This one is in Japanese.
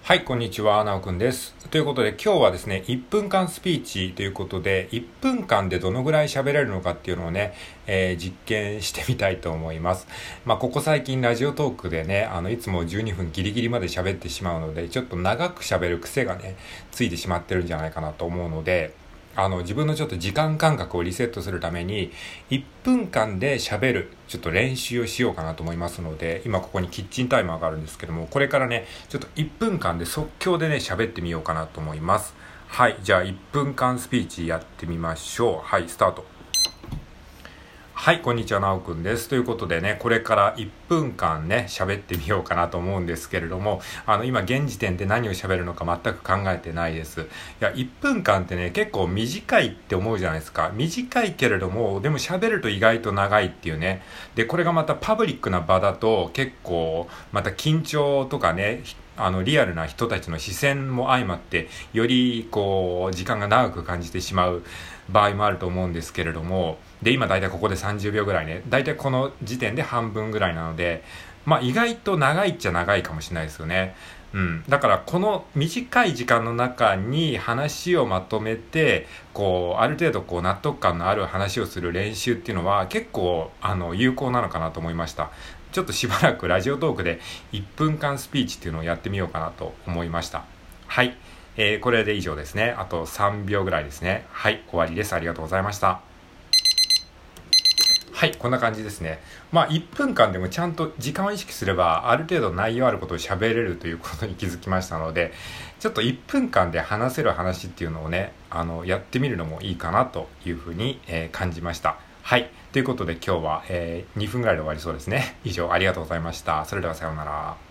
はい、こんにちは、なおくんです。ということで、今日はですね、1分間スピーチということで、1分間でどのぐらい喋れるのかっていうのをね、実験してみたいと思います。ここ最近ラジオトークでね、いつも12分ギリギリまで喋ってしまうので、ちょっと長く喋る癖がね、ついてしまってるんじゃないかなと思うので、自分のちょっと時間感覚をリセットするために、1分間で喋る、ちょっと練習をしようかなと思いますので、今ここにキッチンタイマーがあるんですけども、これからね、ちょっと1分間で即興でね、喋ってみようかなと思います。はい、じゃあ1分間スピーチやってみましょう。はい、スタート。はい、こんにちは、なおくんです。ということでね、これから1分間ね、喋ってみようかなと思うんですけれども、今現時点で何を喋るのか全く考えてないです。いや、1分間ってね、結構短いって思うじゃないですか。短いけれども、でも喋ると意外と長いっていうね。で、これがまたパブリックな場だと結構、また緊張とかね、リアルな人たちの視線も相まって、より時間が長く感じてしまう場合もあると思うんですけれども、で、今だいたいここで30秒ぐらいね、だいたいこの時点で半分ぐらいなので、意外と長いっちゃ長いかもしれないですよね。だからこの短い時間の中に話をまとめて、ある程度納得感のある話をする練習っていうのは結構有効なのかなと思いました。ちょっとしばらくラジオトークで1分間スピーチっていうのをやってみようかなと思いました。はい。これで以上ですね。あと3秒ぐらいですね。はい、終わりです。ありがとうございました。はい、こんな感じですね。1分間でもちゃんと時間を意識すれば、ある程度内容あることを喋れるということに気づきましたので、ちょっと1分間で話せる話っていうのをね、やってみるのもいいかなというふうに、感じました。はい。ということで今日は、2分ぐらいで終わりそうですね。以上ありがとうございました。それではさようなら。